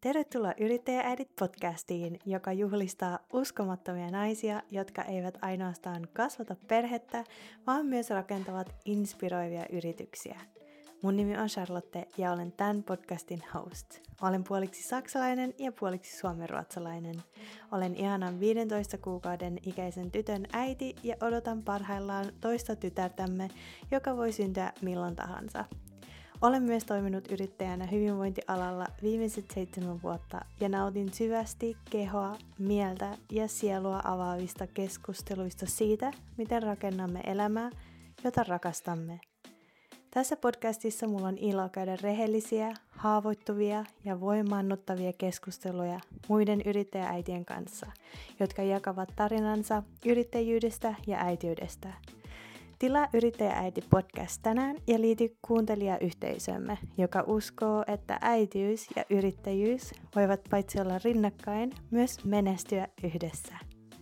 Tervetuloa Yrittäjääidit podcastiin, joka juhlistaa uskomattomia naisia, jotka eivät ainoastaan kasvata perhettä, vaan myös rakentavat inspiroivia yrityksiä. Mun nimi on Charlotte ja olen tämän podcastin host. Olen puoliksi saksalainen ja puoliksi suomenruotsalainen. Olen ihanan 15 kuukauden ikäisen tytön äiti ja odotan parhaillaan toista tytärtämme, joka voi syntyä milloin tahansa. Olen myös toiminut yrittäjänä hyvinvointialalla viimeiset 7 vuotta ja nautin syvästi kehoa, mieltä ja sielua avaavista keskusteluista siitä, miten rakennamme elämää, jota rakastamme. Tässä podcastissa mulla on ilo käydä rehellisiä, haavoittuvia ja voimaannuttavia keskusteluja muiden yrittäjääitien kanssa, jotka jakavat tarinansa yrittäjyydestä ja äitiydestä. Tilaa Yrittäjääiti podcast tänään ja liity kuuntelijayhteisömme, joka uskoo, että äitiys ja yrittäjyys voivat paitsi olla rinnakkain, myös menestyä yhdessä.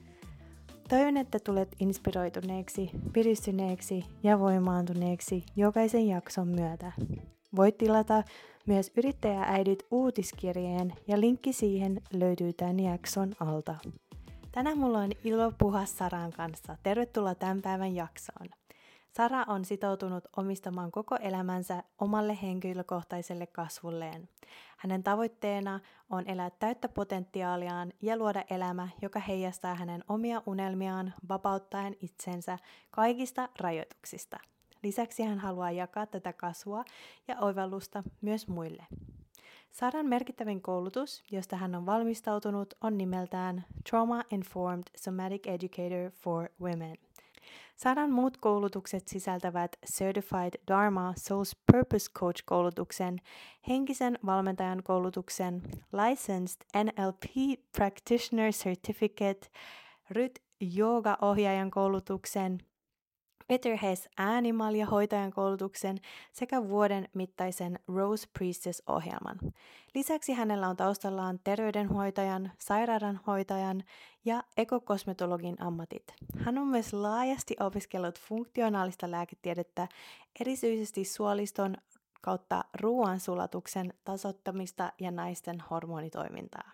Toivon, että tulet inspiroituneeksi, piristyneeksi ja voimaantuneeksi jokaisen jakson myötä. Voit tilata myös Yrittäjääidit uutiskirjeen ja linkki siihen löytyy tämän jakson alta. Tänään mulla on ilo puhua Saran kanssa. Tervetuloa tämän päivän jaksoon. Sara on sitoutunut omistamaan koko elämänsä omalle henkilökohtaiselle kasvulleen. Hänen tavoitteena on elää täyttä potentiaaliaan ja luoda elämä, joka heijastaa hänen omia unelmiaan vapauttaen itsensä kaikista rajoituksista. Lisäksi hän haluaa jakaa tätä kasvua ja oivallusta myös muille. Saran merkittävin koulutus, josta hän on valmistautunut, on nimeltään Trauma Informed Somatic Educator for Women. Saran muut koulutukset sisältävät Certified Dharma Soul's Purpose Coach-koulutuksen, henkisen valmentajan koulutuksen, Licensed NLP Practitioner Certificate, Ryt Jooga-ohjaajan koulutuksen, Better Hess äänimaljahoitajan koulutuksen sekä vuoden mittaisen Rose Priestess-ohjelman. Lisäksi hänellä on taustallaan terveydenhoitajan, sairaudenhoitajan ja ekokosmetologin ammatit. Hän on myös laajasti opiskellut funktionaalista lääketiedettä, erityisesti suoliston kautta ruoansulatuksen tasoittamista ja naisten hormonitoimintaa.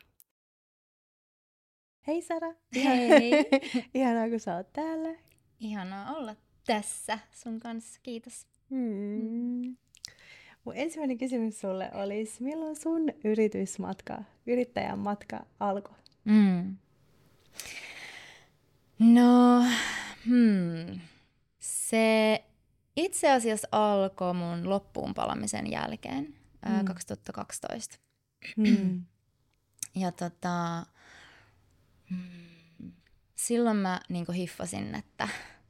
Hei Sara! Hei! Ihanaa kun sä oot täällä. Ihanaa olla tässä sun kanssa, kiitos. Mun ensimmäinen kysymys sulle olisi, milloin sun yrittäjän matka alkoi? No, se itse asiassa alkoi mun loppuun palamisen jälkeen 2012. Ja silloin mä niinku hiffasin, että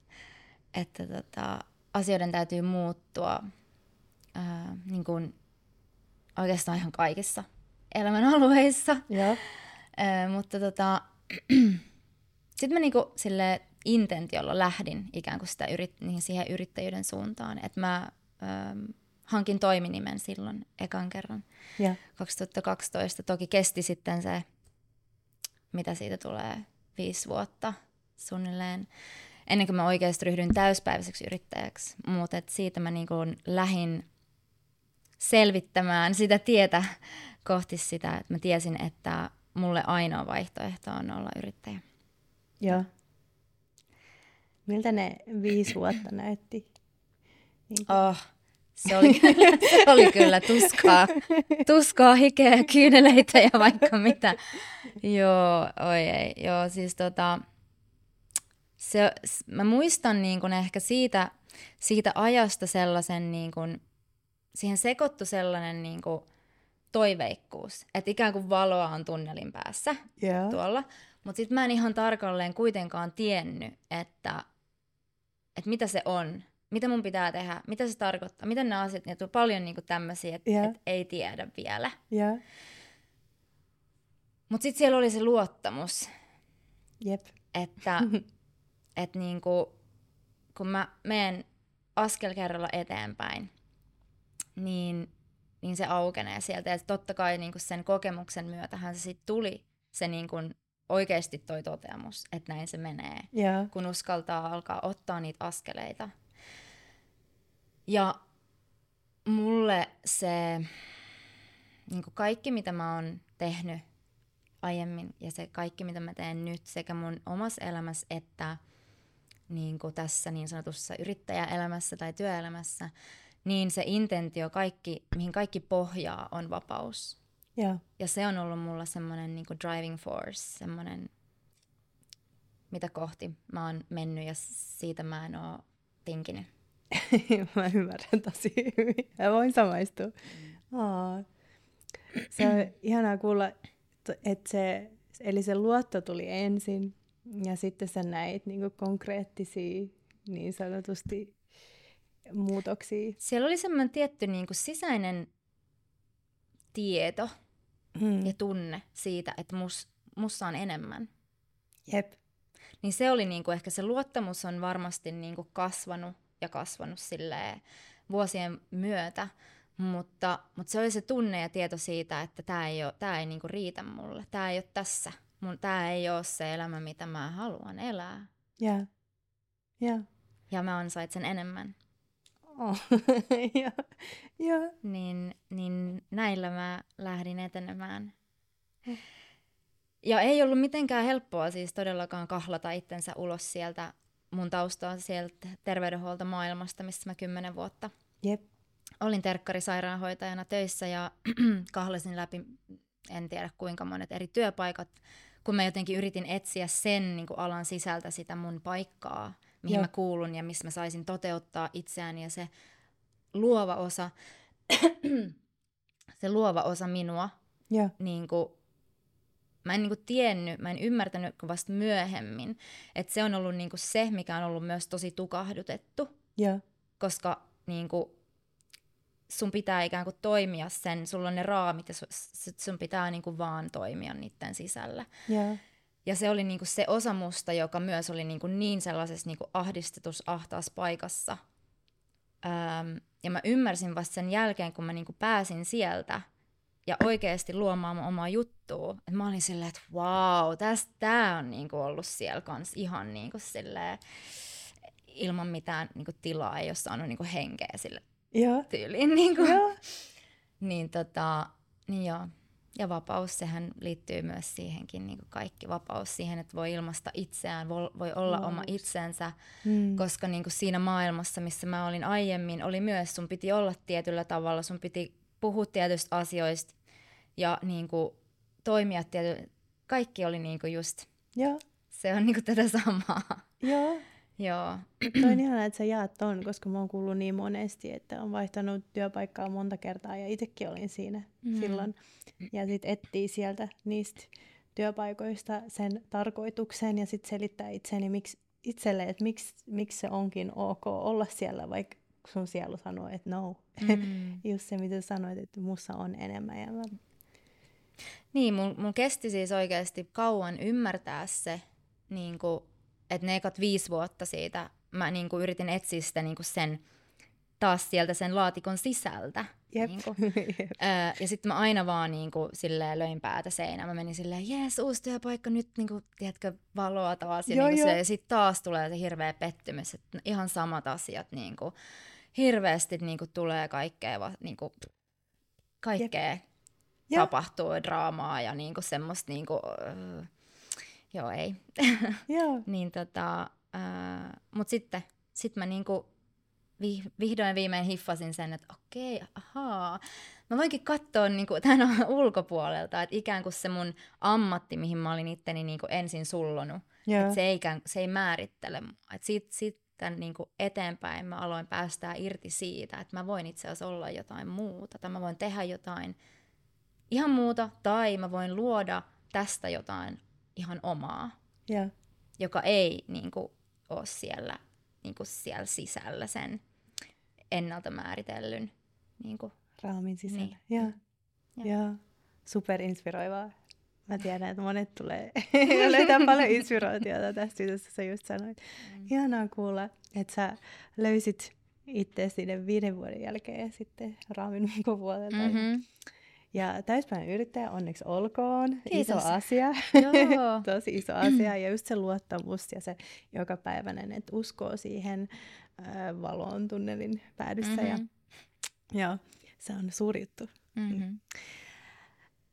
asioiden täytyy muuttua niinku oikeastaan ihan kaikissa elämän alueissa. Mutta sitten mä niinku sille intentiolla lähdin ikään kuin siihen yrittäjyyden suuntaan. Että mä hankin toiminimen silloin ekan kerran 2012. Toki kesti sitten se, mitä siitä tulee, 5 vuotta suunnilleen, ennen kuin mä oikeasti ryhdyin täyspäiväiseksi yrittäjäksi. Mutta siitä mä niinku lähdin selvittämään sitä tietä kohti sitä, että mä tiesin, että mulle ainoa vaihtoehto on olla yrittäjä. Joo. Miltä ne 5 vuotta näytti? Se oli kyllä tuskaa, hikeä, kyyneleitä ja vaikka mitä. Joo, oi ei. Joo, siis mä muistan niin kun ehkä siitä ajasta sellaisen, niin kun, siihen sekoittu sellainen niin kun toiveikkuus, että ikään kuin valoa on tunnelin päässä tuolla. Mutta sitten mä en ihan tarkalleen kuitenkaan tiennyt, että mitä se on, mitä mun pitää tehdä, mitä se tarkoittaa, miten nämä asiat, ja paljon niinku tämmöisiä, että ei tiedä vielä. Mutta sitten siellä oli se luottamus, että niinku, kun mä menen askel kerralla eteenpäin, niin se aukenee sieltä. Ja totta kai niinku sen kokemuksen myötähän se sitten tuli se niinku oikeasti toi toteamus, että näin se menee, kun uskaltaa alkaa ottaa niitä askeleita. Ja mulle se niin kuin kaikki, mitä mä oon tehnyt aiemmin ja se kaikki, mitä mä teen nyt sekä mun omassa elämässä että niin kuin tässä niin sanotussa yrittäjäelämässä tai työelämässä, niin se intentio, mihin kaikki pohjaa, on vapaus. Yeah. Ja se on ollut mulla semmoinen niin kuin driving force, semmoinen, mitä kohti mä oon mennyt ja siitä mä en oo tinkinyt. Mä ymmärrän tosi hyvin. Ja voin samaistua. Se on ihanaa kuulla, että eli se luotto tuli ensin ja sitten sä näit niinku konkreettisia niin sanotusti muutoksia. Siellä oli semmoinen tietty niinku sisäinen tieto ja tunne siitä, että mussa on enemmän. Jep. Niin se oli niinku, ehkä se luottamus on varmasti niinku kasvanut silleen vuosien myötä, mutta se oli se tunne ja tieto siitä, että tää ei niinku riitä mulle, tää ei ole tässä, tää ei ole se elämä, mitä mä haluan elää. Yeah. Yeah. Ja mä ansaitsen enemmän. Oh. yeah. Niin näillä mä lähdin etenemään. Ja ei ollut mitenkään helppoa siis todellakaan kahlata itsensä ulos sieltä mun taustaa sieltä terveydenhuoltomaailmasta, missä mä 10 vuotta Jep. olin terkkarisairaanhoitajana töissä ja kahlasin läpi en tiedä kuinka monet eri työpaikat, kun mä jotenkin yritin etsiä sen niin kuin alan sisältä sitä mun paikkaa, mihin mä kuulun ja missä mä saisin toteuttaa itseäni ja se luova osa minua, niin kuin, mä en niin kuin tiennyt, mä en ymmärtänyt vasta myöhemmin, että se on ollut niin kuin se, mikä on ollut myös tosi tukahdutettu, koska niin kuin, sun pitää ikään kuin toimia sen, sulla on ne raamit ja sun pitää niin kuin vaan toimia niiden sisällä. Ja se oli niin kuin se osa musta, joka myös oli niin sellaisessa niin kuin ahdistetussa, ahtaassa paikassa. Ja mä ymmärsin vasta sen jälkeen, kun mä niin kuin pääsin sieltä ja oikeasti luomaan mun omaa juttua. Et mä olin silleen, että vau, tää on niin kuin ollut siellä kans ihan niin kuin silleen, ilman mitään niin kuin tilaa, ei ole saanut niin kuin henkeä sille tyyliin. Niin kuin. Niin joo. Ja vapaus, sehän liittyy myös siihenkin, niin kuin kaikki vapaus siihen, että voi ilmaista itseään, voi olla oma itsensä, koska niin kuin siinä maailmassa, missä mä olin aiemmin, oli myös, sun piti olla tietyllä tavalla, sun piti puhua tietyistä asioista ja niin kuin toimia kaikki oli niin kuin just, se on niin kuin tätä samaa. Joo. Toi on ihanaa, että sä jaat ton, koska mä oon kuullut niin monesti, että on vaihtanut työpaikkaa monta kertaa ja itsekin olin siinä silloin. Ja sit etsii sieltä niistä työpaikoista sen tarkoituksen ja sit selittää itselle, että miksi se onkin ok olla siellä, vaikka sun sielu sanoo, että no. Just se, mitä sanoit, että mussa on enemmän. Ja Niin, mun kesti siis oikeasti kauan ymmärtää se, niin kuin, että ne ekat 5 vuotta siitä mä niin kuin yritin etsiä sitä niin kuin sen taas sieltä sen laatikon sisältä. Niin kuin. Ja sitten mä aina vaan niin kuin, silleen, löin päätä seinään. Mä menin silleen, jes, uusi työpaikka, nyt niin kuin, tiedätkö, valoa taas. Ja sitten taas tulee se hirveä pettymys, että ihan samat asiat. Niin kuin, hirveästi niin kuin, tulee kaikkea tapahtuu, draamaa ja niin kuin, semmoista... Niin kuin, joo, ei. Niin, mut sitten mä niinku vihdoin viimein hiffasin sen, että okei, ahaa. Mä voinkin katsoa niinku tämän ulkopuolelta, että ikään kuin se mun ammatti, mihin mä olin itteni niinku ensin sullonut, että se ei määrittele mua. Että sitten niinku eteenpäin mä aloin päästää irti siitä, että mä voin itse asiassa olla jotain muuta, tai mä voin tehdä jotain ihan muuta, tai mä voin luoda tästä jotain ihan omaa, joka ei niinku ole siellä, niinku siellä sisällä sen ennalta määritellyn niinku raamin sisällä. Niin. Ja super inspiroivaa. Mä tiedän, että monet tulee löytää paljon inspiraatiota tästä, mitä sä just sanoit. Ihanaa kuulla, että sä löysit itse sinne 5 vuoden jälkeen sitten raamin ulkopuolelta. Ja täyspäivän yrittäjä, onneksi olkoon. Kiitos. Iso asia. Tosi iso asia. Ja just se luottamus ja se jokapäiväinen, että uskoo siihen valoon tunnelin päädyssä. Ja se on suuri juttu.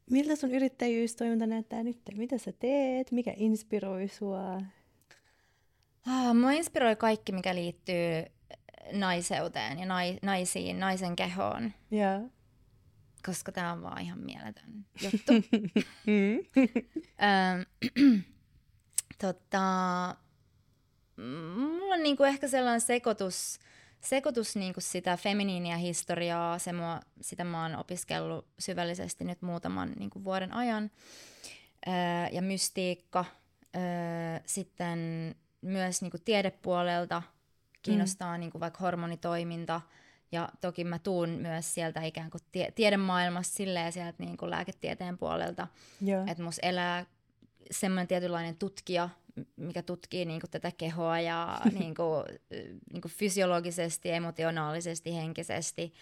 Miltä sun yrittäjyystoiminta näyttää nyt? Mitä sä teet? Mikä inspiroi sua? Mua inspiroi kaikki, mikä liittyy naiseuteen ja naisiin, naisen kehoon, Joo. koska tää on vaan ihan mieletön juttu. Mulla on niinku ehkä sellainen sekoitus niinku sitä feminiiniä historiaa, sitä mä oon opiskellut syvällisesti nyt muutaman niinku vuoden ajan, ja mystiikka, sitten myös niinku tiedepuolelta kiinnostaa niinku vaikka hormonitoiminta, ja toki mä tuun myös sieltä ikään kuin tiedemaailmasta silleen sieltä niinku lääketieteen puolelta, että musta elää semmoinen tietynlainen tutkija, mikä tutkii niinku tätä kehoa ja niinku fysiologisesti, emotionaalisesti, henkisesti.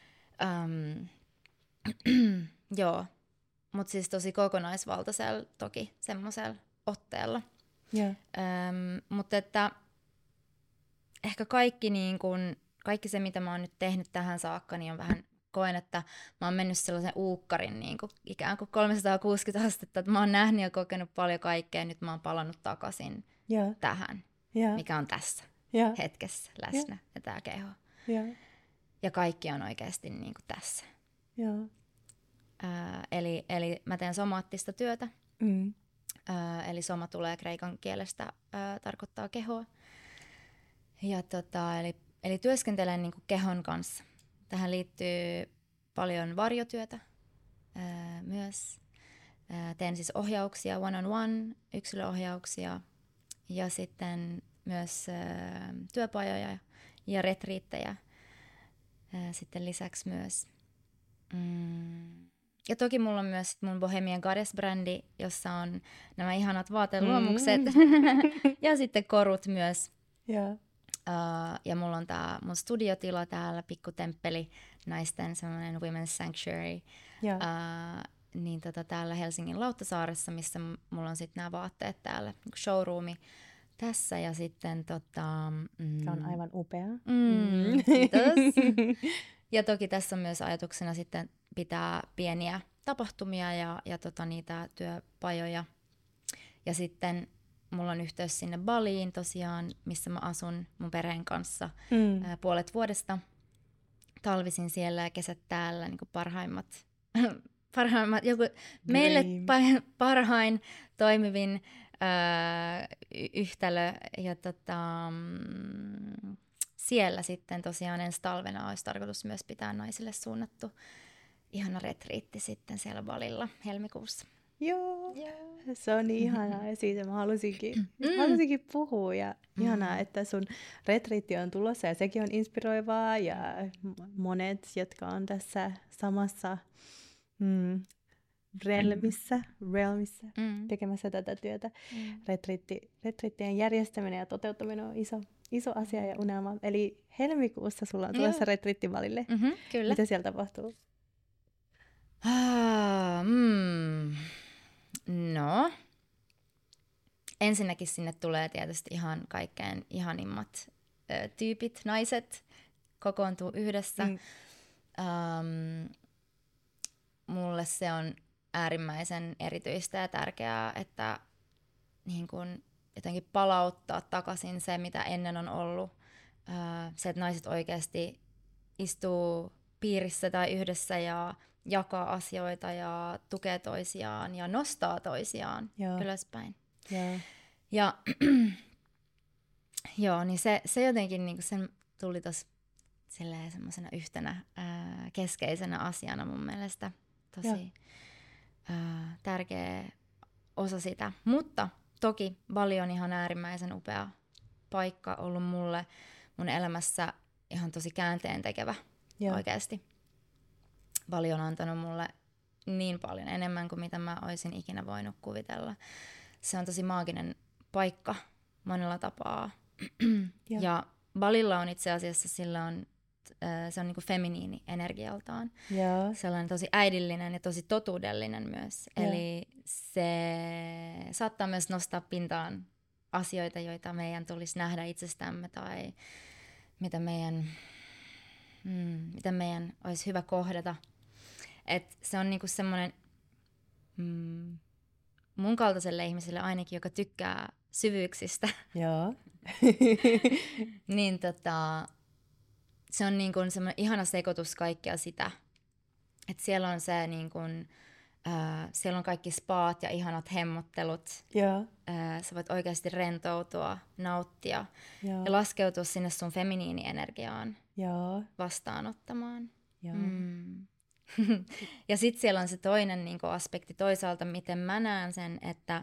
Joo, mutta siis tosi kokonaisvaltaisella toki semmoisella otteella. Mutta että ehkä kaikki se, mitä mä oon nyt tehnyt tähän saakka, niin on vähän, koen, että mä oon mennyt sellaisen uukkarin niin kuin ikään kuin 360 astetta, että mä oon nähnyt ja kokenut paljon kaikkea, nyt mä oon palannut takaisin tähän, mikä on tässä hetkessä läsnä ja tää keho. Ja kaikki on oikeasti niin kuin tässä. Eli mä teen somaattista työtä, eli soma tulee kreikan kielestä, tarkoittaa kehoa. Ja eli työskentelen niin kuin kehon kanssa. Tähän liittyy paljon varjotyötä myös. Teen siis ohjauksia, one-on-one, yksilöohjauksia ja sitten myös työpajoja ja retriittejä sitten lisäksi myös. Ja toki mulla on myös mun Bohemian Goddess-brändi, jossa on nämä ihanat vaateluomukset ja sitten korut myös. Ja mulla on tää mun studiotila täällä, pikkutemppeli, naisten semmoinen women's sanctuary, niin täällä Helsingin Lauttasaaressa, missä mulla on sitten nämä vaatteet täällä, showroomi tässä ja sitten Se on aivan upea. Kiitos. Ja toki tässä on myös ajatuksena sitten pitää pieniä tapahtumia ja niitä työpajoja. Ja sitten mulla on yhteys sinne Baliin tosiaan, missä mä asun mun perheen kanssa puolet vuodesta. Talvisin siellä ja kesät täällä, niin kuin parhaimmat meille parhain toimivin yhtälö. Ja siellä sitten tosiaan ensi talvena olisi tarkoitus myös pitää naisille suunnattu ihana retriitti sitten siellä Balilla helmikuussa. Joo, se on niin ihanaa ja siitä mä halusinkin puhua ja ihanaa, että sun retriitti on tulossa ja sekin on inspiroivaa ja monet, jotka on tässä samassa realmissa tekemässä tätä työtä. Retriittien järjestäminen ja toteuttaminen on iso asia ja unelma. Eli helmikuussa sulla on tulossa retriitti Balille. Kyllä. Mitä siellä tapahtuu? No, ensinnäkin sinne tulee tietysti ihan kaikkein ihanimmat tyypit, naiset, kokoontuu yhdessä. Mulle se on äärimmäisen erityistä ja tärkeää, että niin kun jotenkin palauttaa takaisin se, mitä ennen on ollut. Se, että naiset oikeasti istuu piirissä tai yhdessä ja jakaa asioita ja tukee toisiaan ja nostaa toisiaan ylöspäin. Ja joo, niin se jotenkin niin sen tuli tuossa semmoisena yhtenä keskeisenä asiana mun mielestä. Tosi tärkeä osa sitä. Mutta toki Bali on ihan äärimmäisen upea paikka ollut mulle mun elämässä ihan tosi käänteentekevä oikeasti. Bali on antanut mulle niin paljon enemmän kuin mitä mä olisin ikinä voinut kuvitella. Se on tosi maaginen paikka monella tapaa. Ja Balilla on itse asiassa se on niinku feminiini energialtaan. Sellainen tosi äidillinen ja tosi totuudellinen myös. Eli se saattaa myös nostaa pintaan asioita, joita meidän tulisi nähdä itsestämme tai mitä meidän olisi hyvä kohdata. Et se on niinku semmoinen mun kaltaiselle ihmiselle ainakin, joka tykkää syvyyksistä, Joo. niin se on niin kuin semmoinen ihana sekoitus kaikkea sitä. Että siellä on se niin kuin, siellä on kaikki spaat ja ihanat hemmottelut. Joo. Sä voit oikeasti rentoutua, nauttia Joo. ja laskeutua sinne sun feminiinienergiaan vastaanottamaan. Joo. Ja sitten siellä on se toinen niin kuin aspekti toisaalta, miten mä näen sen, että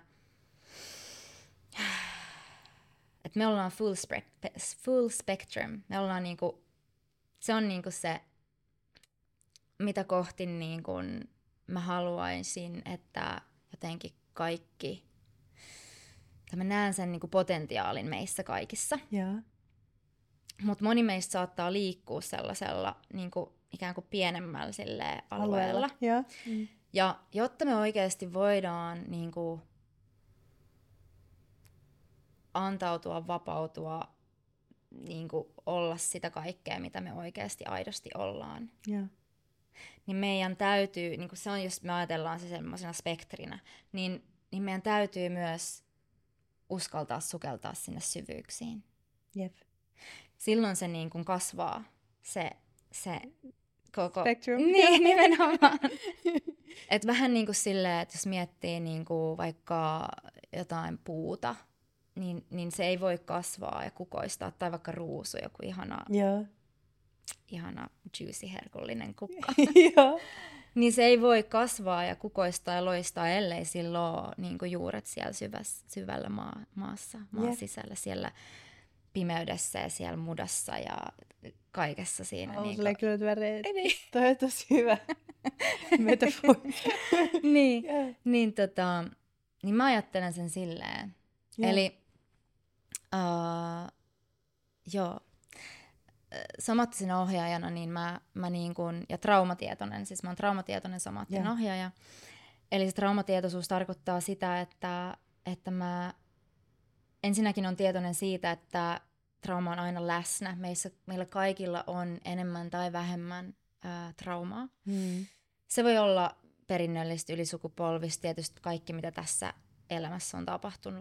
me ollaan full spectrum. Me ollaan niinku, se on niinku se, mitä kohti niinku mä haluaisin, että jotenkin kaikki, että mä näen sen niinku potentiaalin meissä kaikissa. Yeah. Mutta moni meistä saattaa liikkua sellaisella niinku ikään kuin pienemmällä alueella. Yeah. Ja jotta me oikeasti voidaan niinku antautua, vapautua, niin kuin olla sitä kaikkea, mitä me oikeasti aidosti ollaan. Yeah. Niin meidän täytyy, niin kuin se on, jos me ajatellaan se semmoisena spektrinä, niin meidän täytyy myös uskaltaa sukeltaa sinne syvyyksiin. Jep. Silloin se niin kuin kasvaa, se koko... Spectrum. Niin, nimenomaan. Et vähän niin kuin silleen, että jos miettii niin kuin vaikka jotain puuta, niin se ei voi kasvaa ja kukoistaa, tai vaikka ruusu, joku ihana juicy herkullinen kukka. Niin se ei voi kasvaa ja kukoistaa ja loistaa, ellei sillä ole niin kuin juuret siellä syvällä maan sisällä, siellä pimeydessä ja siellä mudassa ja kaikessa siinä. On sulle kyllä toi on tosi hyvä metafori. Niin mä ajattelen sen silleen. Eli somaattisena ohjaajana niin mä niin kun, ja traumatietoinen, siis mä oon traumatietoinen somaattinen ohjaaja. Eli se traumatietoisuus tarkoittaa sitä, että mä ensinnäkin on tietoinen siitä, että trauma on aina läsnä. Meillä kaikilla on enemmän tai vähemmän traumaa. Se voi olla perinnöllistä, ylisukupolvista, tietysti kaikki, mitä tässä elämässä on tapahtunut.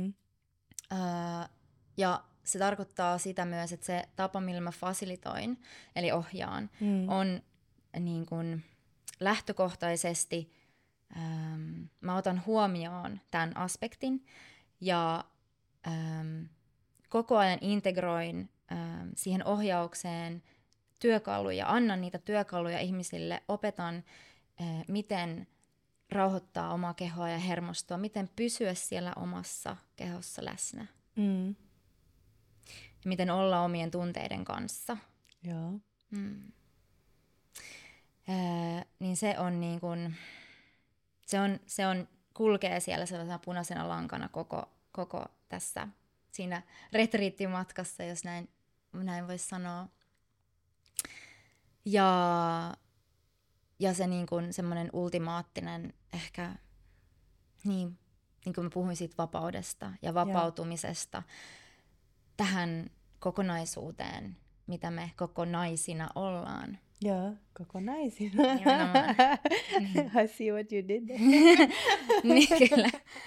Ja se tarkoittaa sitä myös, että se tapa, millä mä fasilitoin, eli ohjaan, on niin kuin lähtökohtaisesti, mä otan huomioon tämän aspektin ja koko ajan integroin siihen ohjaukseen työkaluja, annan niitä työkaluja ihmisille, opetan, miten rauhoittaa omaa kehoa ja hermostoa, miten pysyä siellä omassa kehossa läsnä. Ja miten olla omien tunteiden kanssa. Joo. Niin se on niin kuin, se on kulkee siellä sellaisena punaisena lankana koko tässä siinä retriittimatkassa, jos näin voisi sanoa. Ja se niin kuin semmoinen ultimaattinen ehkä, niin kuin mä puhuin siitä vapaudesta ja vapautumisesta tähän kokonaisuuteen, mitä me kokonaisina ollaan. Joo, kokonaisina. I see what you did. Niin kyllä.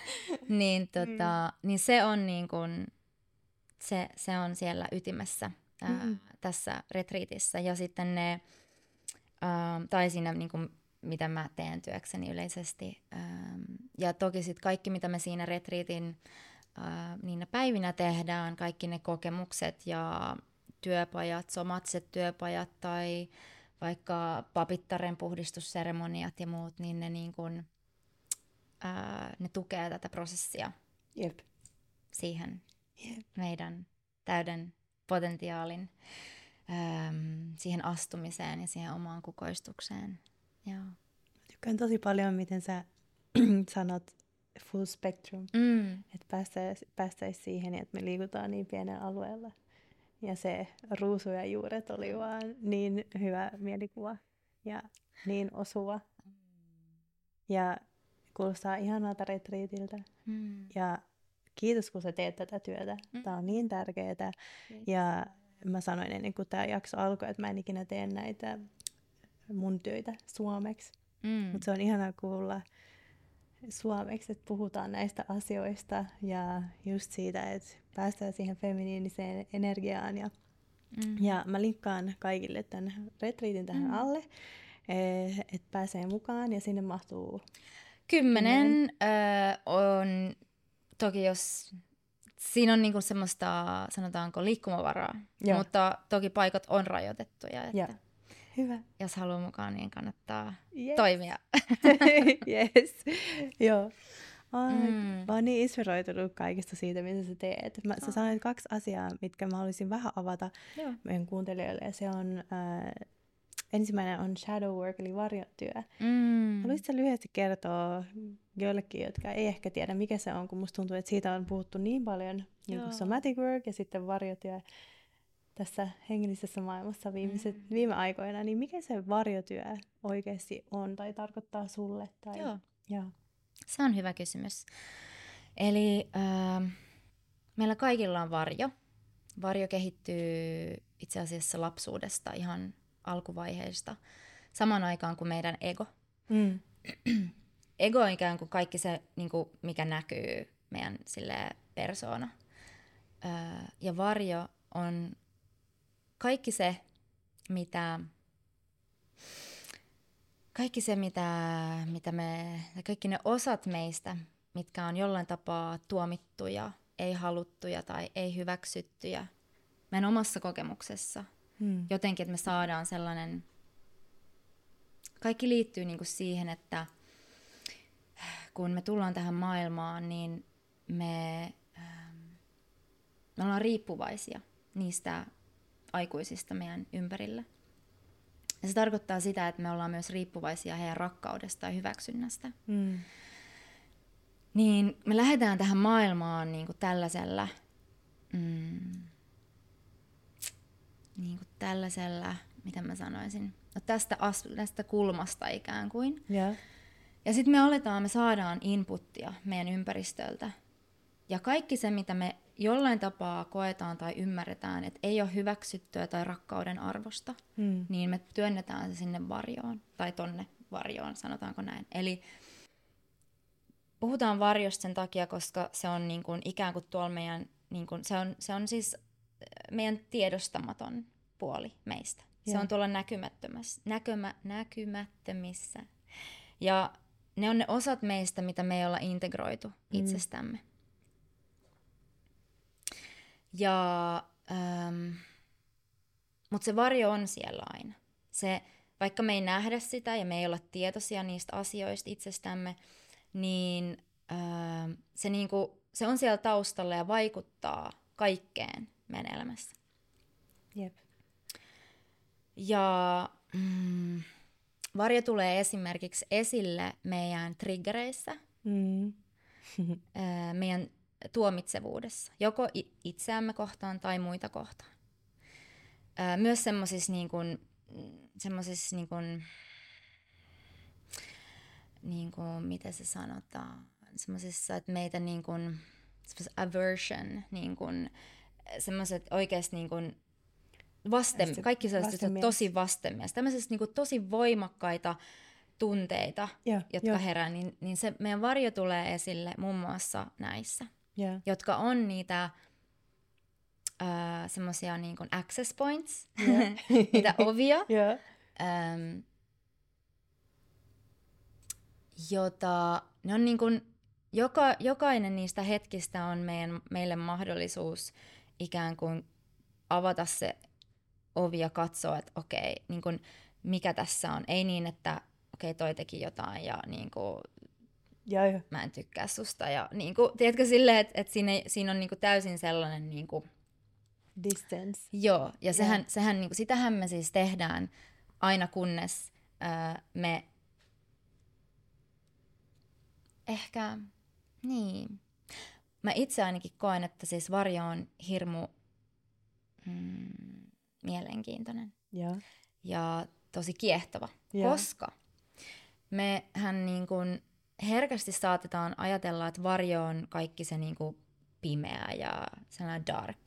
Niin se on niin kuin, se on siellä ytimessä tässä retriitissä. Ja sitten ne, tai siinä niin kuin, mitä mä teen työkseni yleisesti. Ja toki sitten kaikki, mitä me siinä retriitin niinä päivinä tehdään, kaikki ne kokemukset ja työpajat, somaattiset työpajat tai vaikka papittaren puhdistusseremoniat ja muut, niin ne, niin kuin, ne tukee tätä prosessia siihen meidän täyden potentiaalin siihen astumiseen ja siihen omaan kukoistukseen. Joo. Tykkään tosi paljon, miten sä sanot full spectrum, että päästäisiin siihen, että me liikutaan niin pienellä alueella. Ja se ruusu ja juuret oli vaan niin hyvä mielikuva ja niin osuva. Ja kuulostaa ihanalta retriitiltä. Ja kiitos, kun sä teet tätä työtä. Tää on niin tärkeää. Ja mä sanoin ennen kuin tää jakso alkoi, että mä en ikinä tee näitä mun töitä suomeksi. Mutta se on ihanaa kuulla suomeksi, että puhutaan näistä asioista ja just siitä, että päästään siihen feminiiniseen energiaan. Ja mä linkkaan kaikille tämän retriitin tähän alle, että pääsee mukaan ja sinne mahtuu 10 on toki, jos siinä on niinku semmoista, sanotaanko, liikkumavaraa, Joo. mutta toki paikat on rajoitettuja, että Joo. Hyvä. jos haluaa mukaan, niin kannattaa Yes. toimia. Yes. Joo. Mä oon niin inspiroitunut kaikesta siitä, mitä sä teet. Sä sanoit 2 asiaa, mitkä mä haluaisin vähän avata meidän kuuntelijoille. Ja se on, ensimmäinen on shadow work, eli varjotyö. Haluaisitko sä lyhyesti kertoa joillekin, jotka ei ehkä tiedä, mikä se on, kun musta tuntuu, että siitä on puhuttu niin paljon, niin kuin somatic work ja sitten varjotyö tässä hengellisessä maailmassa viime aikoina, niin mikä se varjotyö oikeasti on tai tarkoittaa sulle? Tai... Joo. Se on hyvä kysymys. Eli meillä kaikilla on varjo. Varjo kehittyy itse asiassa lapsuudesta ihan alkuvaiheista samaan aikaan kuin meidän ego. Ego on ikään kuin kaikki se, niin kuin mikä näkyy meidän persoona. Ja varjo on kaikki se, mitä kaikki ne osat meistä, mitkä on jollain tapaa tuomittuja, ei haluttuja tai ei hyväksyttyjä meidän omassa kokemuksessa. Jotenkin, että me saadaan sellainen, kaikki liittyy niinku siihen, että kun me tullaan tähän maailmaan, niin me ollaan riippuvaisia niistä aikuisista meidän ympärillä. Ja se tarkoittaa sitä, että me ollaan myös riippuvaisia heidän rakkaudesta ja hyväksynnästä. Niin me lähdetään tähän maailmaan niin kuin tällaisella, mitä mä sanoisin, no tästä kulmasta ikään kuin. Yeah. Ja sitten me saadaan inputtia meidän ympäristöltä. Ja kaikki se, mitä me jollain tapaa koetaan tai ymmärretään, että ei ole hyväksyttyä tai rakkauden arvosta, niin me työnnetään se sinne varjoon, tai tonne varjoon, sanotaanko näin. Eli puhutaan varjosta sen takia, koska se on niin kuin ikään kuin tuolla meidän, niin kuin, se on siis meidän tiedostamaton puoli meistä. Se on tuolla näkymättömissä. Ja ne on ne osat meistä, mitä me ei olla integroitu itsestämme. Mutta se varjo on siellä aina. Vaikka me ei nähdä sitä ja me ei olla tietoisia niistä asioista itsestämme, niin se on siellä taustalla ja vaikuttaa kaikkeen meidän elämässä. Jep. Ja varjo tulee esimerkiksi esille meidän triggereissä, meidän tuomitsevuudessa, joko itseämme kohtaan tai muita kohtaan. Myös semmoisissa miten se sanotaan, semmoisissa, että meitä aversion, semmoiset oikeasti kaikki sellaiset tosi vastenmielistä, tämmöiset tosi voimakkaita tunteita, jotka herää, niin se meidän varjo tulee esille muun muassa näissä, jotka on niitä semmoisia access points, niitä ovia, jota ne on jokainen niistä hetkistä on meille mahdollisuus ikään kuin avata se ovi ja katsoa, että okei, mikä tässä on. Ei niin, että okei, toi teki jotain ja mä en tykkää susta. Ja tiedätkö silleen, että siinä on täysin sellainen distance. Joo, ja sitähän me siis tehdään aina kunnes me ehkä, niin. Mä itse ainakin koen, että siis varjo on hirmu mielenkiintoinen ja tosi kiehtova, koska mehän herkästi saatetaan ajatella, että varjo on kaikki se pimeä ja sellainen dark,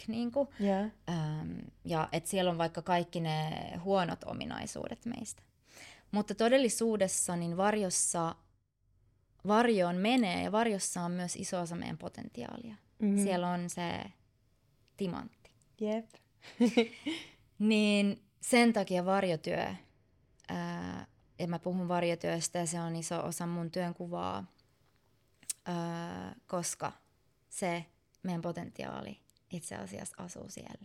ja että siellä on vaikka kaikki ne huonot ominaisuudet meistä. Mutta todellisuudessa niin varjoon menee, ja varjossa on myös iso osa meidän potentiaalia. Mm-hmm. Siellä on se timantti. Jep. Niin sen takia varjotyö, ja mä puhun varjotyöstä, ja se on iso osa mun työnkuvaa, koska se meidän potentiaali itse asiassa asuu siellä.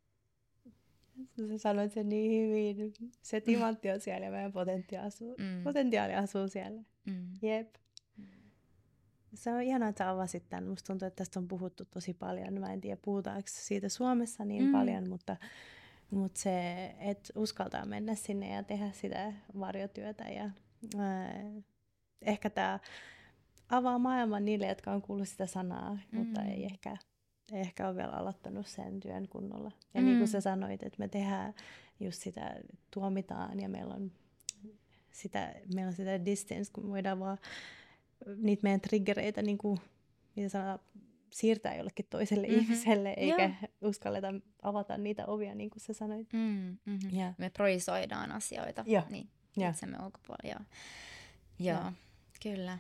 Sä sanoit sen niin hyvin. Se timantti on siellä ja meidän potentiaali asuu siellä. Jep. Se on ihanaa, että sä avasit tämän. Musta tuntuu, että tästä on puhuttu tosi paljon. Mä en tiedä, puhutaanko siitä Suomessa niin paljon, mutta se, että uskaltaa mennä sinne ja tehdä sitä varjotyötä. Ja, ehkä tämä avaa maailman niille, jotka on kuullut sitä sanaa, mutta ei ehkä ole vielä aloittanut sen työn kunnolla. Ja niin kuin sä sanoit, että me tehdään just sitä, tuomitaan ja meillä on sitä distance, kun me voidaan vaan niitä meidän triggereitä niin kuin, mitä sanotaan, siirtää jollekin toiselle ihmiselle, eikä uskalleta avata niitä ovia, niin kuin sä sanoit. Yeah. Me projisoidaan asioita niin, itsemme ulkopuolella. Joo, kyllä.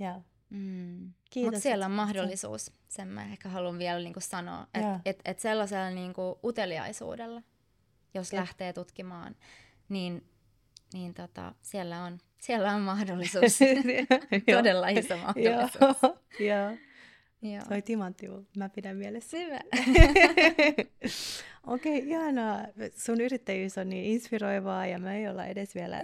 Mutta siellä on mahdollisuus, sen mä ehkä haluan vielä niinku sanoa, että et sellaisella niinku uteliaisuudella, jos lähtee tutkimaan, niin siellä on mahdollisuus. Todella iso mahdollisuus. Joo. Toi timantti, mä pidän mielessä. Hyvä. Okei, ihanaa. Sun yrittäjyys on niin inspiroivaa ja me ei olla edes vielä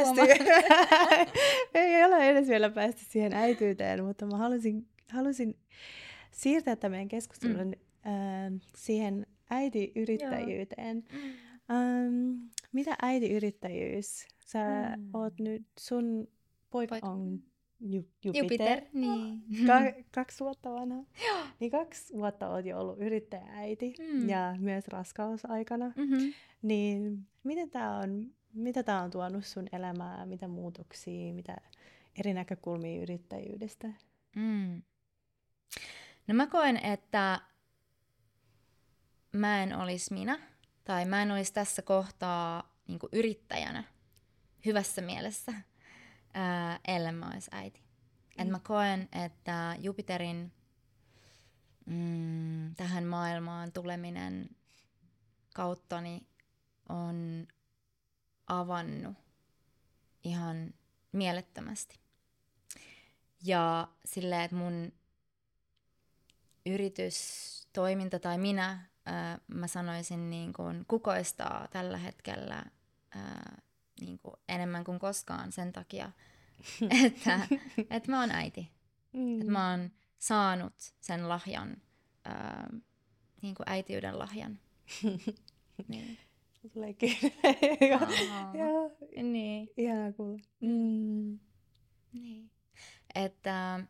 päästy siihen äityyteen, mutta mä halusin siirtää tämän meidän keskustelun siihen äitiyrittäjyyteen. Mitä äitiyrittäjyys? Sä oot nyt, sun poika on Jupiter. Niin. 2 vuotta vanha. Niin 2 vuotta oot jo ollut yrittäjääiti ja myös raskausaikana. Niin mitä tää on tuonut sun elämään, mitä muutoksia, mitä eri näkökulmia yrittäjyydestä? No mä koen, että mä en olisi minä, tai mä en olisi tässä kohtaa niin kuin yrittäjänä hyvässä mielessä, ellen mä olisi äiti. Et mä koen, että Jupiterin tähän maailmaan tuleminen kauttani on avannut ihan mielettömästi. Ja silleen, että mun yritystoiminta tai mä sanoisin niin kuin kukoistaa tällä hetkellä niin kuin enemmän kuin koskaan sen takia, että mä oon äiti. Että mä oon saanut sen lahjan, niin kuin äitiyden lahjan. Niin. Tulee kyllä. Niin. Ihanaa kuulla. Niin. Että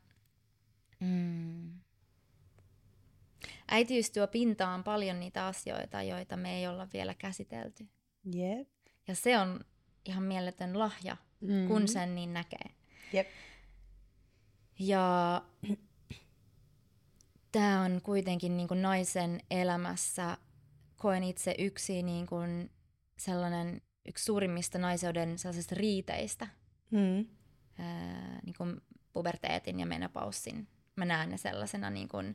äitiys tuo pintaan paljon niitä asioita, joita me ei olla vielä käsitelty. Yep. Ja se on ihan mieletön lahja, kun sen niin näkee. Yep. Ja tämä on kuitenkin niin kuin naisen elämässä, koen itse yksi niin kuin sellainen, yksi suurimmista naiseuden sellaisista riiteistä, niin kuin puberteetin ja menopaussin. Mä näen ne sellaisena niin kuin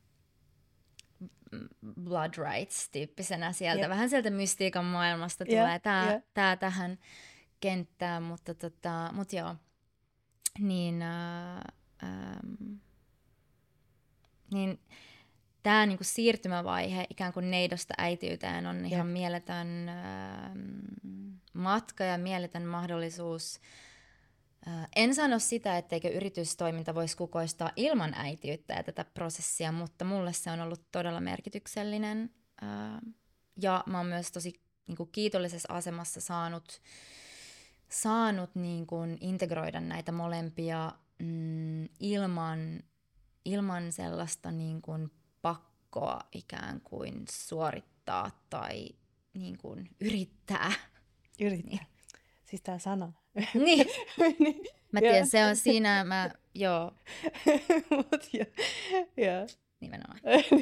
blood rights-tyyppisenä sieltä. Vähän sieltä mystiikan maailmasta tulee tää tähän kenttään, mutta joo. Niin tämä niinku siirtymävaihe ikään kuin neidosta äitiyteen on ihan mieletön matka ja mieletön mahdollisuus. En sano sitä, etteikö yritystoiminta voisi kukoistaa ilman äitiyttä ja tätä prosessia, mutta mulle se on ollut todella merkityksellinen. Ja mä oon myös tosi niinku kiitollisessa asemassa saanut niinku integroida näitä molempia ilman sellaista niinku pakkoa ikään kuin suorittaa tai niinku yrittää. Niin. Siis tää sana. Niin. Mä tiedän, se on siinä, joo. Mut joo. Nimenomaan.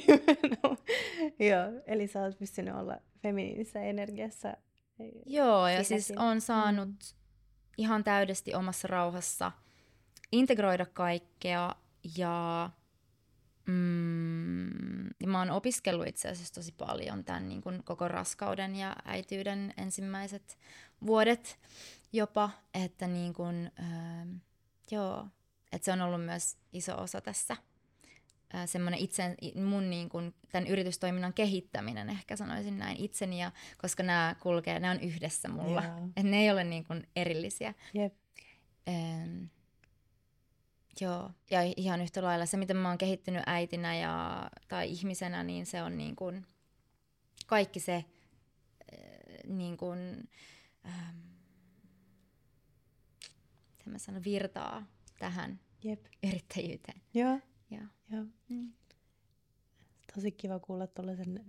Joo, eli sä oot pystynyt olla feminiinisessä energiassa. Joo, ja siis on saanut ihan täydesti omassa rauhassa integroida kaikkea ja mä oon opiskellut itse asiassa tosi paljon tämän niin kuin koko raskauden ja äitiyden ensimmäiset vuodet jopa, että niin kuin, että se on ollut myös iso osa tässä. Semmoinen mun niin kuin, tämän yritystoiminnan kehittäminen, ehkä sanoisin näin itseni, ja, koska nämä on yhdessä mulla, että ne ei ole niin kuin erillisiä. Jep. Joo, ja ihan yhtä lailla se, miten mä oon kehittynyt äitinä tai ihmisenä, niin se on niin kuin kaikki se niin kuin, mä sanon, virtaa tähän yrittäjyyteen. Joo. Joo. Tosi kiva kuulla tollasen.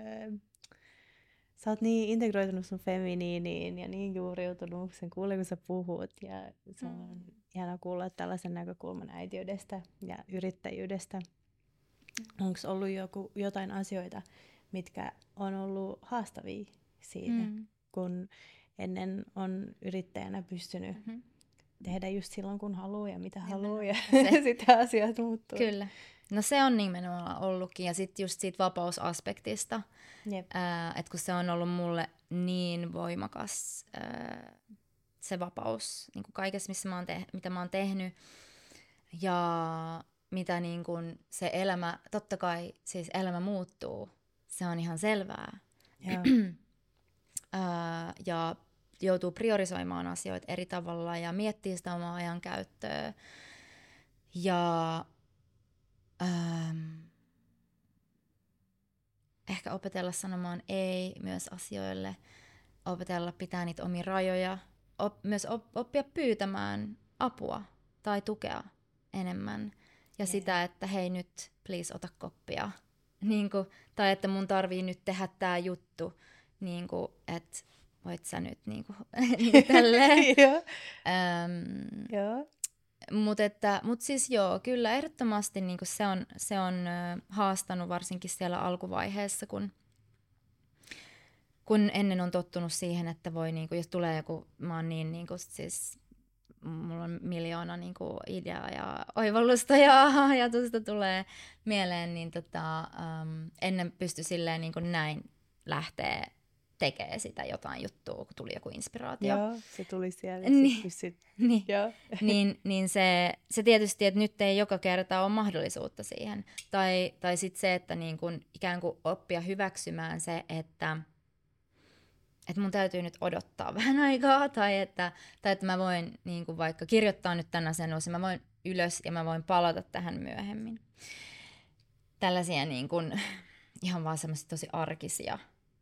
Sä oot niin integroitunut sun feminiiniin ja niin juuriutunut sen kuulee, kun sä puhut. Ja se on ihana kuulla tällaisen näkökulman äitiydestä ja yrittäjyydestä. Onko ollut jotain asioita, mitkä on ollut haastavia siinä, kun ennen on yrittäjänä pystynyt tehdä just silloin, kun haluaa ja mitä haluaa, ja sitten asiat muuttuu. Kyllä. No se on nimenomaan ollutkin, ja sitten just siitä vapausaspektista, että kun se on ollut mulle niin voimakas se vapaus niin kuin kaikessa, mitä mä oon tehnyt, ja mitä niin kuin se elämä, totta kai siis elämä muuttuu, se on ihan selvää. Ja joutuu priorisoimaan asioita eri tavalla ja miettii sitä omaa ajankäyttöä. Ja ehkä opetella sanomaan ei myös asioille, opetella pitää niitä omia rajoja, myös oppia pyytämään apua tai tukea enemmän. Ja sitä, että hei nyt, please ota koppia. Tai että mun tarvii nyt tehdä tää juttu, että voit sä nyt tälleen. Mut siis joo, kyllä ehdottomasti se on haastanut varsinkin siellä alkuvaiheessa, kun ennen on tottunut siihen, että voi jos tulee joku, mä oon siis mulla on miljoona ideaa ja oivallusta ja ajatusta tulee mieleen, niin ennen pysty silleen näin lähteä tekee sitä jotain juttua, kun tuli joku inspiraatio. Joo, se tuli siellä. Niin se tietysti, että nyt ei joka kerta ole mahdollisuutta siihen. Tai sitten se, että ikään kuin oppia hyväksymään se, että mun täytyy nyt odottaa vähän aikaa, tai että mä voin vaikka kirjoittaa nyt tänään sen osin, mä voin ylös ja mä voin palata tähän myöhemmin. Tällaisia ihan vaan semmoisia tosi arkisia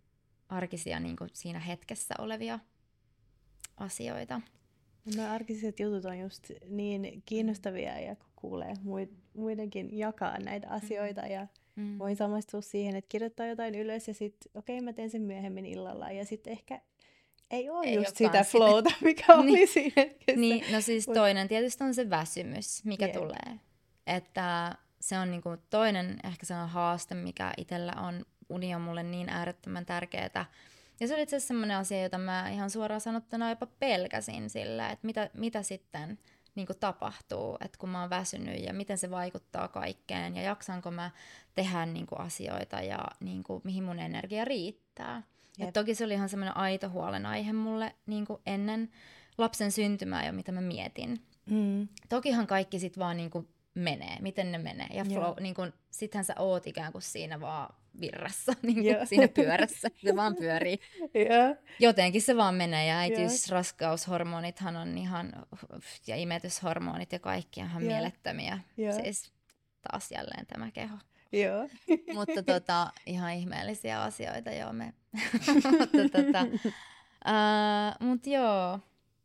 siinä hetkessä olevia asioita. Nämä arkiset jutut on just niin kiinnostavia, ja kun kuulee muidenkin jakaa näitä asioita, ja voin samastua siihen, että kirjoittaa jotain ylös ja sitten mä teen sen myöhemmin illalla, ja sitten ehkä ei ole just sitä flowta, mikä oli siinä hetkessä. Niin, no siis toinen tietysti on se väsymys, mikä tulee. Että se on toinen ehkä se on haaste, mikä itsellä on. Uni on mulle niin äärettömän tärkeetä. Ja se oli itse asiassa sellainen asia, jota mä ihan suoraan sanottuna jopa pelkäsin sillä, että mitä sitten tapahtuu, että kun mä oon väsynyt ja miten se vaikuttaa kaikkeen ja jaksanko mä tehdä asioita ja mihin mun energia riittää. Et toki se oli ihan semmoinen aito huolenaihe mulle ennen lapsen syntymää jo, mitä mä mietin. Tokihan kaikki sit vaan menee, miten ne menee. Ja flow, sittenhän sä oot ikään kuin siinä vaan virrassa, siinä pyörässä. Se vaan pyörii. Jotenkin se vaan menee. Ja raskaushormonithan on ihan, ja imetyshormonit ja kaikki ihan mielettömiä. Siis taas jälleen tämä keho. Mutta ihan ihmeellisiä asioita, joo. Mutta joo.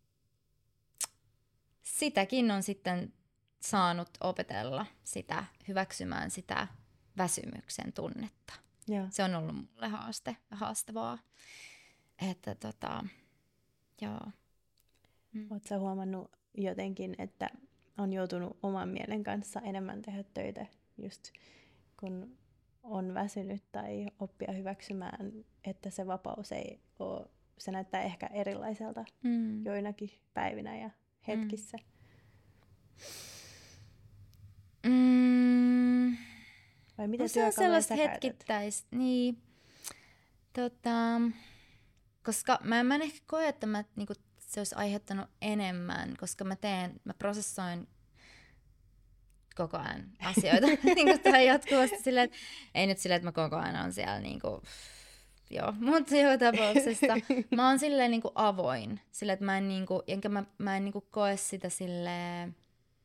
Sitäkin on sitten saanut opetella sitä, hyväksymään sitä väsymyksen tunnetta. Se on ollut mulle haastavaa. Että joo. Ootko sä huomannut jotenkin, että on joutunut oman mielen kanssa enemmän tehdä töitä, just kun on väsynyt, tai oppia hyväksymään, että se vapaus ei ole, se näyttää ehkä erilaiselta joinakin päivinä ja hetkissä? Vai miten se on sellaista hetkittäistä, niin. Koska mä en ehkä koe, että niinku, se olisi aiheuttanut enemmän, koska mä prosessoin koko ajan asioita niinku, tai jatkuvasti silleen, että ei nyt silleen, että mä koko ajan on siellä niinku, joo, mutta joka tapauksessa mä oon silleen niinku avoin, silleen, että mä en niinku koe sitä silleen,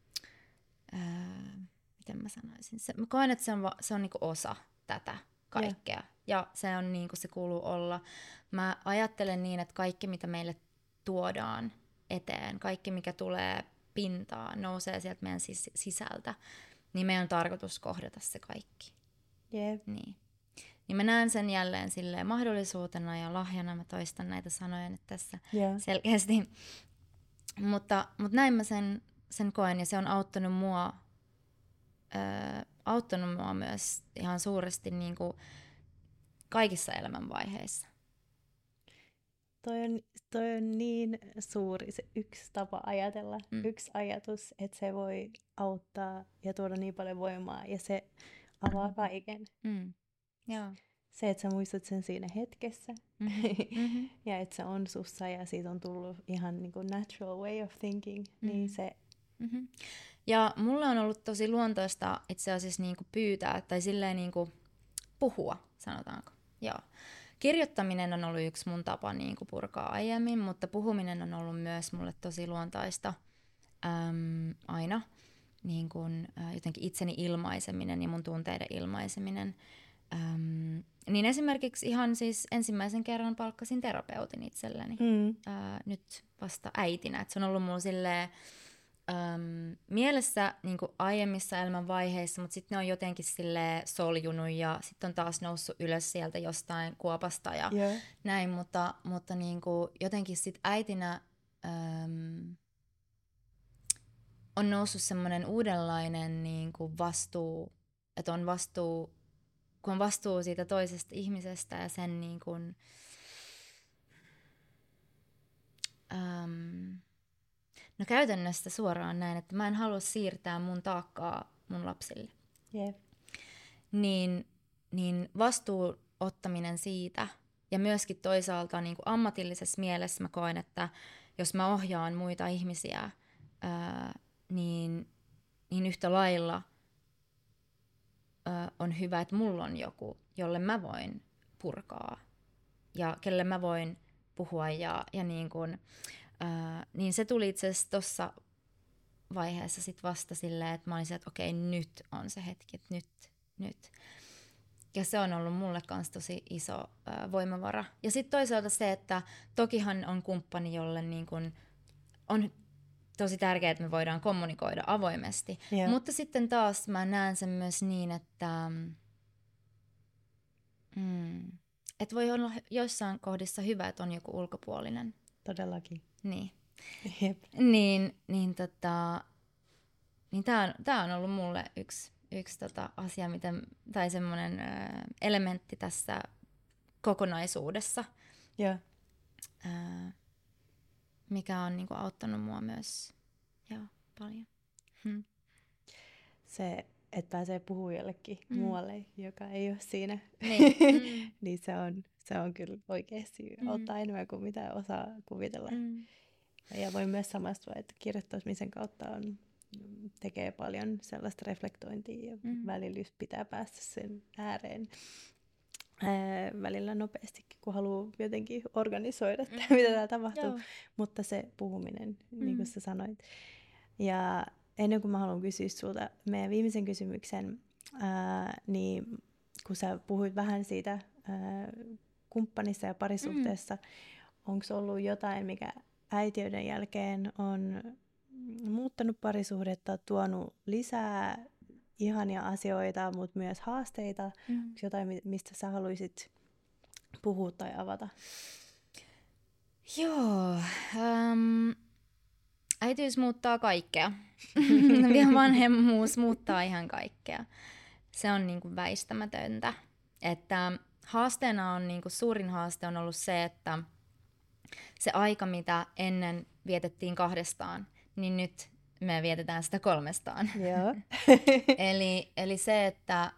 miten mä sanoisin, mä koen, että se on niinku osa tätä kaikkea. Ja se on niin kuin se kuuluu olla. Mä ajattelen niin, että kaikki mitä meille tuodaan eteen, kaikki mikä tulee pintaan, nousee sieltä meidän sisältä, niin meidän on tarkoitus kohdata se kaikki. Yep. Niin mä näen sen jälleen silleen mahdollisuutena ja lahjana, mä toistan näitä sanoja nyt tässä selkeästi. Mutta näin mä sen koen ja se on auttanut mua myös ihan suuresti niin kuin kaikissa elämänvaiheissa. Toi on niin suuri se yksi tapa ajatella, yksi ajatus, että se voi auttaa ja tuoda niin paljon voimaa ja se avaa kaiken. Joo. Se, että sä muistat sen siinä hetkessä ja että se on sussa ja siitä on tullut ihan niin kuin natural way of thinking, niin se... Ja mulle on ollut tosi luontoista itse asiassa niinku pyytää tai silleen niinku puhua, sanotaanko. Joo. Kirjoittaminen on ollut yksi mun tapa niinku purkaa aiemmin, mutta puhuminen on ollut myös mulle tosi luontaista aina. Niin kun, jotenkin itseni ilmaiseminen ja mun tunteiden ilmaiseminen. Niin esimerkiksi ihan siis ensimmäisen kerran palkkasin terapeutin itselleni. Nyt vasta äitinä. Et se on ollut mulla silleen... mielessä niin kuin aiemmissa elämänvaiheissa, mutta sitten ne on jotenkin soljunut ja sitten on taas noussut ylös sieltä jostain kuopasta ja näin, mutta niin kuin jotenkin sitten äitinä on noussut semmoinen uudenlainen niin kuin vastuu, että on vastuu, kun on vastuu siitä toisesta ihmisestä ja sen niin kuin, no käytännössä suoraan näin, että mä en halua siirtää mun taakkaa mun lapsille. Niin vastuun ottaminen siitä ja myöskin toisaalta niin kuin ammatillisessa mielessä mä koen, että jos mä ohjaan muita ihmisiä, niin yhtä lailla on hyvä, että mulla on joku, jolle mä voin purkaa ja kelle mä voin puhua ja niin kuin, niin se tuli itse asiassa tuossa vaiheessa sit vasta silleen, että mä olin että okei, nyt on se hetki, että nyt. Ja se on ollut mulle kans tosi iso voimavara. Ja sitten toisaalta se, että tokihan on kumppani, jolle niin kun on tosi tärkeää, että me voidaan kommunikoida avoimesti. Mutta sitten taas mä näen sen myös niin, että voi olla joissain kohdissa hyvä, että on joku ulkopuolinen. Todellakin. Niin. Jep. Niin tää on ollut mulle yksi asia, tai semmoinen elementti tässä kokonaisuudessa, mikä on niinku auttanut mua myös paljon. Se, että pääsee puhumaan jollekin muualle, joka ei ole siinä, niin se on kyllä oikeasti auttaa enemmän kuin mitä osaa kuvitella. Ja voi myös samastua, että kirjoittamisen kautta tekee paljon sellaista reflektointia ja välillä just pitää päästä sen ääreen välillä nopeastikin, kun haluaa jotenkin organisoida, mitä täällä tapahtuu. Mutta se puhuminen, niin kuin sä sanoit. Ja ennen kuin mä haluan kysyä sulta meidän viimeisen kysymyksen, niin kun sä puhuit vähän siitä kumppanissa ja parisuhteessa, onko ollut jotain, mikä äitiyden jälkeen on muuttanut parisuhdetta, tuonut lisää ihania asioita, mutta myös haasteita? Onko jotain, mistä sä haluaisit puhua tai avata? Joo. Äitiys muuttaa kaikkea. Vielä vanhemmuus muuttaa ihan kaikkea. Se on niin kuin väistämätöntä. Että haasteena on, niin kuin suurin haaste on ollut se, että se aika, mitä ennen vietettiin kahdestaan, niin nyt me vietetään sitä 3. Joo. eli se, että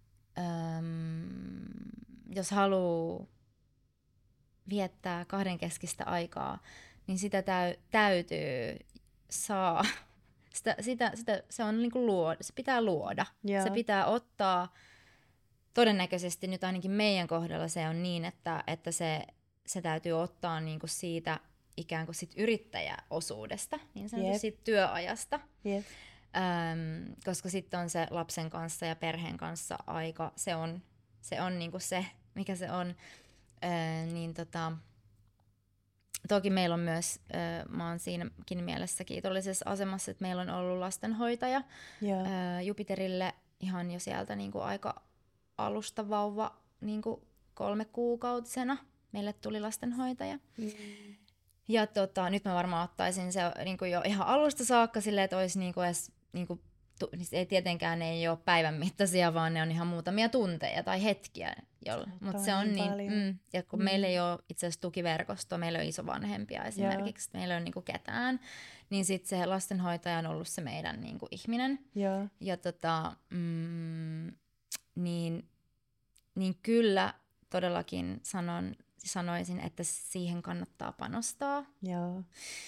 jos haluaa viettää kahdenkeskistä aikaa, niin sitä täytyy saa. Se on niinku se pitää luoda. Joo. Se pitää ottaa, todennäköisesti nyt ainakin meidän kohdalla se on niin, että se täytyy ottaa niinku siitä ikään kuin sit yrittäjäosuudesta, niin sanotusti siitä työajasta. Yep. Koska sitten on se lapsen kanssa ja perheen kanssa aika, se on niinku se, mikä se on. Toki meillä on myös, mä oon siinäkin mielessä kiitollisessa asemassa, että meillä on ollut lastenhoitaja Jupiterille ihan jo sieltä niinku aika alusta vauva niinku 3-kuukautisena. Meille tuli lastenhoitaja. Ja nyt mä varmaan ottaisin se niinku jo ihan alusta saakka silleen, että olisi niinku edes niinku, ei tietenkään ei ole päivän mittaisia, vaan ne on ihan muutamia tunteja tai hetkiä. Mutta se on niin, ja kun meillä ei ole itse asiassa tukiverkostoa, meillä on isovanhempia esimerkiksi, meillä ei ole niinku ketään, niin sitten se lastenhoitaja on ollut se meidän niinku ihminen. Joo. Ja niin kyllä todellakin sanoisin, että siihen kannattaa panostaa. Joo.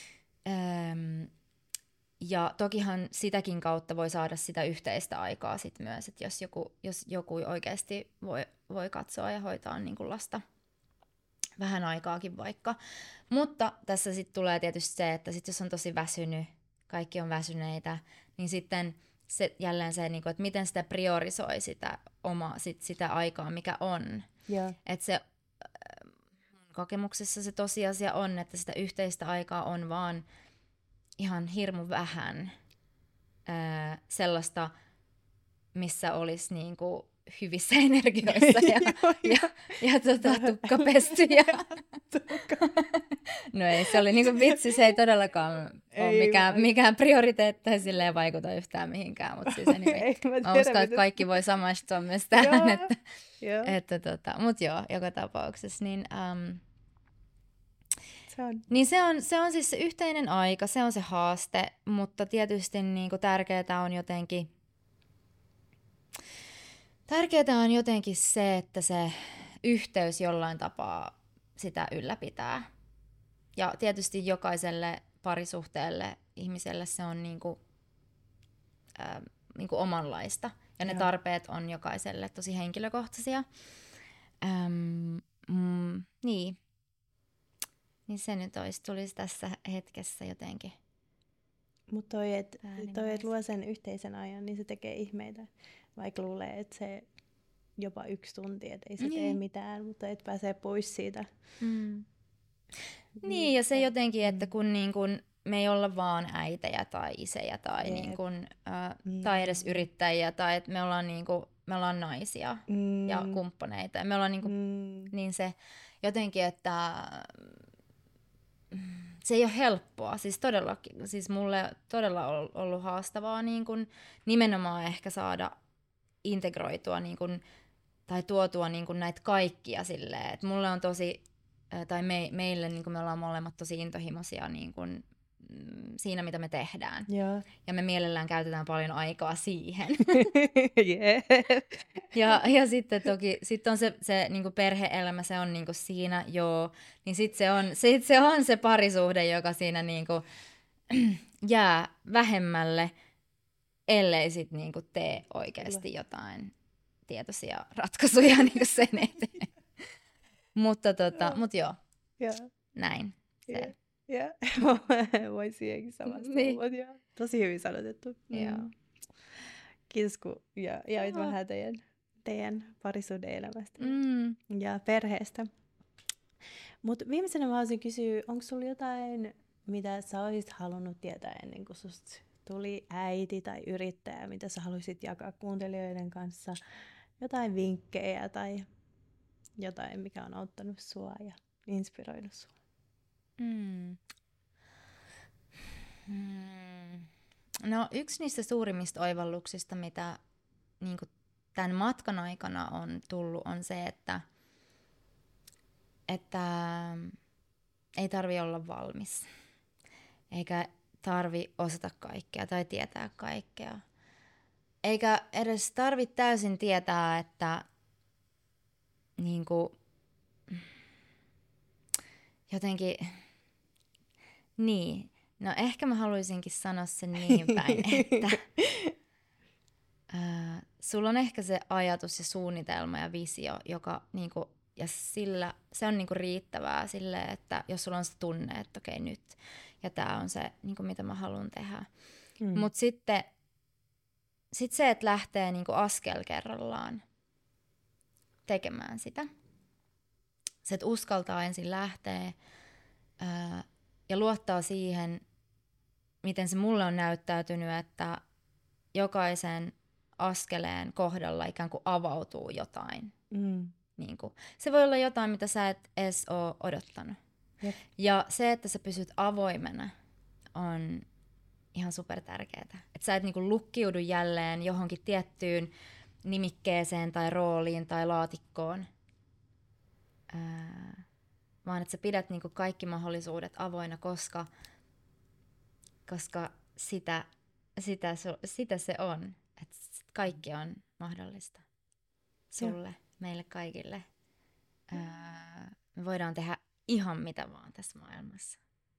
Ja tokihan sitäkin kautta voi saada sitä yhteistä aikaa sit myös, että jos joku oikeasti voi katsoa ja hoitaa niin kuin lasta vähän aikaakin vaikka. Mutta tässä sitten tulee tietysti se, että sit jos on tosi väsynyt, kaikki on väsyneitä, niin sitten jälleen se, niin kuin, että miten sitä priorisoi sitä aikaa, mikä on. Yeah. Että se kokemuksessa se tosiasia on, että sitä yhteistä aikaa on vaan ihan hirmu vähän sellaista, missä olisi niinku hyvissä energioissa ja tukka pesty. No ei, se oli niinku vitsi, se ei todellakaan ole mikään prioriteetti tai silleen vaikuta yhtään mihinkään, mutta siis mä uskon, että kaikki voi samaistua myös tähän, mutta joo, joka tapauksessa, niin niin se on siis se yhteinen aika, se on se haaste, mutta tietysti niinku tärkeää on jotenkin se, että se yhteys jollain tapaa sitä ylläpitää. Ja tietysti jokaiselle parisuhteelle, ihmiselle se on niinku omanlaista. Ja ne tarpeet on jokaiselle tosi henkilökohtaisia. Niin. Niin se nyt tulisi tässä hetkessä jotenkin. Mutta toi, että luo sen yhteisen ajan, niin se tekee ihmeitä. Vaikka luulee, että se jopa 1 tunti, että ei se tee mitään, mutta et pääsee pois siitä. Niin, ja se jotenkin, että kun me ei olla vaan äitejä tai isejä tai, tai edes yrittäjiä, tai että me ollaan naisia ja kumppaneita. Ja me ollaan niin se jotenkin, että se ei ole helppoa, siis mulle todella on ollut haastavaa nimenomaan ehkä saada integroitua tai tuotua näitä kaikkia silleen, että mulle on tosi, tai meille me ollaan molemmat tosi intohimoisia siinä, mitä me tehdään. Yeah. Ja me mielellään käytetään paljon aikaa siihen. Yeah. Ja sitten toki on se perhe-elämä, se on siinä, joo. Niin sitten se on se parisuhde, joka siinä jää vähemmälle, ellei sitten tee oikeasti jotain tietoisia ratkaisuja sen eteen. Mutta joo, näin. Se. Yeah. Voin siihenkin samasta. Niin. Tosi hyvin sanotettu. Kiitos, kun jaoit vähän teidän parisuhde-elämästä ja perheestä. Mutta viimeisenä mä haluaisin kysyä, onko sulla jotain, mitä sä olisit halunnut tietää ennen kuin susta tuli äiti tai yrittäjä, mitä sä haluaisit jakaa kuuntelijoiden kanssa? Jotain vinkkejä tai jotain, mikä on auttanut sua ja inspiroinut sua? No yksi niistä suurimmista oivalluksista, mitä tämän matkan aikana on tullut, on se, että ei tarvitse olla valmis. Eikä tarvi osata kaikkea tai tietää kaikkea. Eikä edes tarvitse täysin tietää, että niinku, jotenkin, niin, no ehkä mä haluaisinkin sanoa sen niin päin, että sulla on ehkä se ajatus ja suunnitelma ja visio, joka niinku, ja sillä, se on niinku riittävää sille, että jos sulla on se tunne, että okei nyt, ja tää on se, niinku, mitä mä haluan tehdä. Mutta sitten se, että lähtee niinku askel kerrallaan tekemään sitä. Se, että uskaltaa ensin lähteä ja luottaa siihen, miten se mulle on näyttäytynyt, että jokaisen askeleen kohdalla ikään kuin avautuu jotain. Niin kuin. Se voi olla jotain, mitä sä et edes ole odottanut. Jep. Ja se, että sä pysyt avoimena, on ihan super tärkeää. Että sä et niinku lukkiudu jälleen johonkin tiettyyn nimikkeeseen tai rooliin tai laatikkoon, vaan että sä pidät niinku kaikki mahdollisuudet avoinna, koska sitä se on. Että kaikki on mahdollista sulle, meille kaikille. Me voidaan tehdä ihan mitä vaan tässä maailmassa.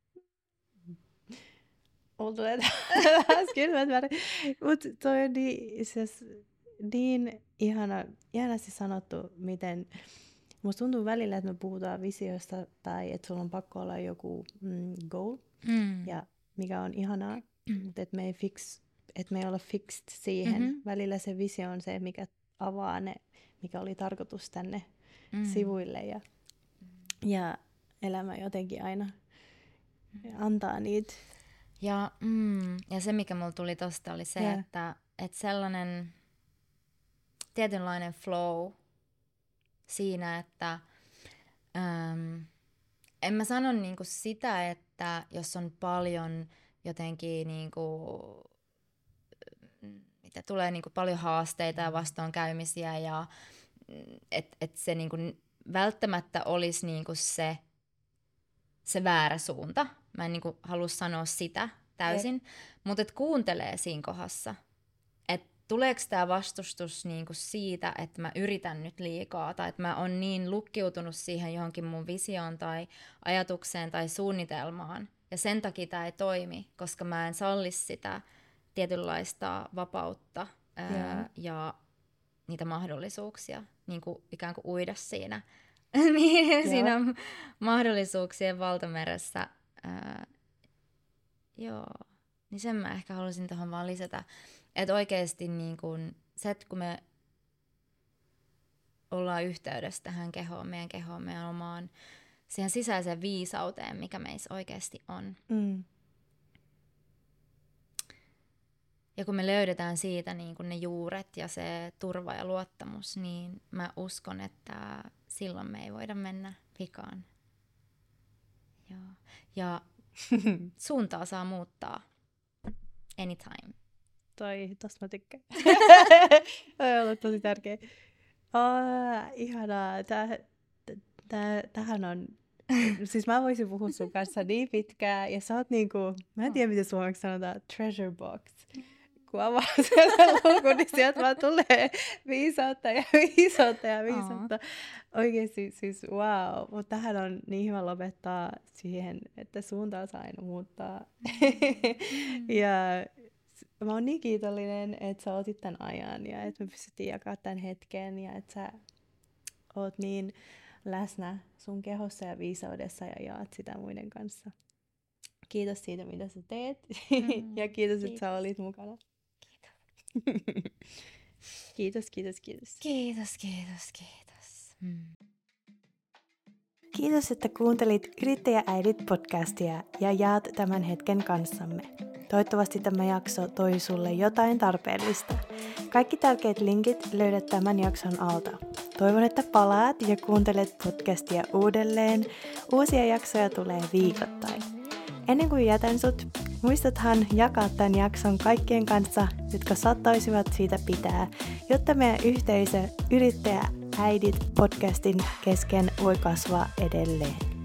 Mulla tulee taas kylmät värit. Mutta toi on niin ihanasti sanottu, miten musta tuntuu välillä, että me puhutaan visiosta tai että sulla on pakko olla joku goal, ja mikä on ihanaa, mutta että me ei olla fixed siihen. Välillä se visio on se, mikä avaa ne, mikä oli tarkoitus tänne sivuille, ja elämä jotenkin aina antaa niitä. Ja se, mikä mulla tuli tosta, oli se, että sellainen tietynlainen flow siinä, että en mä sano niinku sitä, että jos on paljon jotenkin niinku, mitä tulee niinku paljon haasteita ja vastoinkäymisiä ja että se niinku välttämättä olisi niinku se väärä suunta. Mä en niinku halua sanoa sitä täysin, mutta et kuuntelee siinä kohdassa. Että tuleeko tämä vastustus niinku siitä, että mä yritän nyt liikaa tai että mä oon niin lukkiutunut siihen johonkin mun visioon tai ajatukseen tai suunnitelmaan. Ja sen takia tämä ei toimi, koska mä en salli sitä tietynlaista vapautta ja niitä mahdollisuuksia niin kuin ikään kuin uida siinä. Siinä mahdollisuuksien valtameressä. Niin sen mä ehkä haluaisin tuohon vaan lisätä, että oikeasti niin kun, se, että kun me ollaan yhteydessä tähän kehoon, meidän omaan, siihen sisäiseen viisauteen, mikä meissä oikeasti on. Ja kun me löydetään siitä niin kun ne juuret ja se turva ja luottamus, niin mä uskon, että silloin me ei voida mennä vikaan. Ja suuntaa saa muuttaa anytime. Tosta mä tykkään. Toi on ollut tosi tärkeä. Ihanaa. Tähän on... Siis mä voisin puhua sun kanssa niin pitkään. Ja sä oot niinku... Mä en tiedä, miten suomeksi sanotaan. Treasure box. Kun avaa sen lukun, niin sieltä vaan tulee viisautta. Oikeesti siis wow. Mutta tähän on niin hyvä lopettaa siihen, että suuntaa saa aina muuttaa. Ja mä oon niin kiitollinen, että sä otit tämän ajan ja että me pystyttiin jakamaan tämän hetken ja että sä oot niin läsnä sun kehossa ja viisaudessa ja jaat sitä muiden kanssa. Kiitos siitä, mitä sä teet ja kiitos, että sä olit mukana. Kiitos. Kiitos. Kiitos, että kuuntelit Yrittäjääidit podcastia ja jaat tämän hetken kanssamme. Toivottavasti tämä jakso toi sulle jotain tarpeellista. Kaikki tärkeät linkit löydät tämän jakson alta. Toivon, että palaat ja kuuntelet podcastia uudelleen. Uusia jaksoja tulee viikoittain. Ennen kuin jätän sut, muistathan jakaa tämän jakson kaikkien kanssa, jotka saattaisivat siitä pitää, jotta meidän yhteisö Yrittäjääidit podcastin kesken voi kasvaa edelleen.